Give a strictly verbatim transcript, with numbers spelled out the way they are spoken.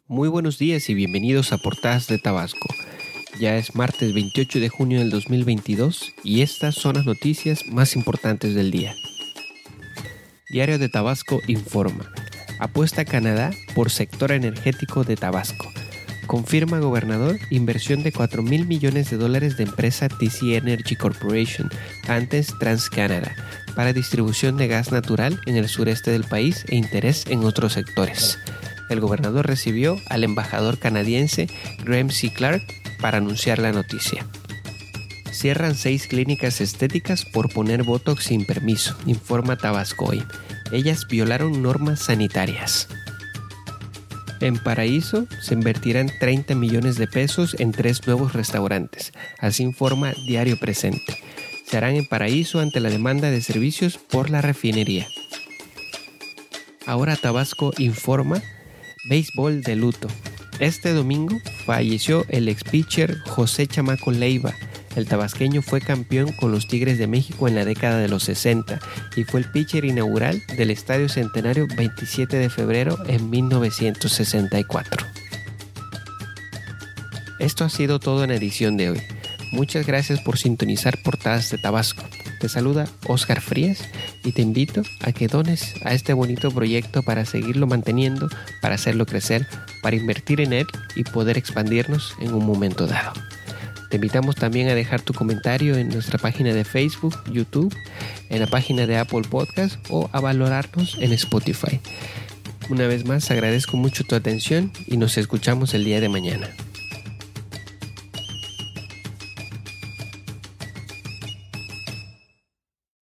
Muy buenos días y bienvenidos a Portadas de Tabasco. Ya es martes veintiocho de junio del dos mil veintidós y estas son las noticias más importantes del día. Diario de Tabasco informa. Apuesta Canadá por sector energético de Tabasco. Confirma gobernador inversión de cuatro mil millones de dólares de empresa T C Energy Corporation, antes TransCanada, para distribución de gas natural en el sureste del país e interés en otros sectores. El gobernador recibió al embajador canadiense Graham C. Clark para anunciar la noticia. Cierran seis clínicas estéticas por poner botox sin permiso, informa Tabasco hoy. Ellas violaron normas sanitarias. En Paraíso se invertirán treinta millones de pesos en tres nuevos restaurantes, así informa Diario Presente. Se harán en Paraíso ante la demanda de servicios por la refinería. Ahora Tabasco informa. Béisbol de luto. Este domingo falleció el ex-pitcher José Chamaco Leiva. El tabasqueño fue campeón con los Tigres de México en la década de los sesenta y fue el pitcher inaugural del Estadio Centenario veintisiete de febrero en mil novecientos sesenta y cuatro. Esto ha sido todo en la edición de hoy. Muchas gracias por sintonizar Portadas de Tabasco. Te saluda Oscar Frías y te invito a que dones a este bonito proyecto para seguirlo manteniendo, para hacerlo crecer, para invertir en él y poder expandirnos en un momento dado. Te invitamos también a dejar tu comentario en nuestra página de Facebook, YouTube, en la página de Apple Podcast o a valorarnos en Spotify. Una vez más agradezco mucho tu atención y nos escuchamos el día de mañana.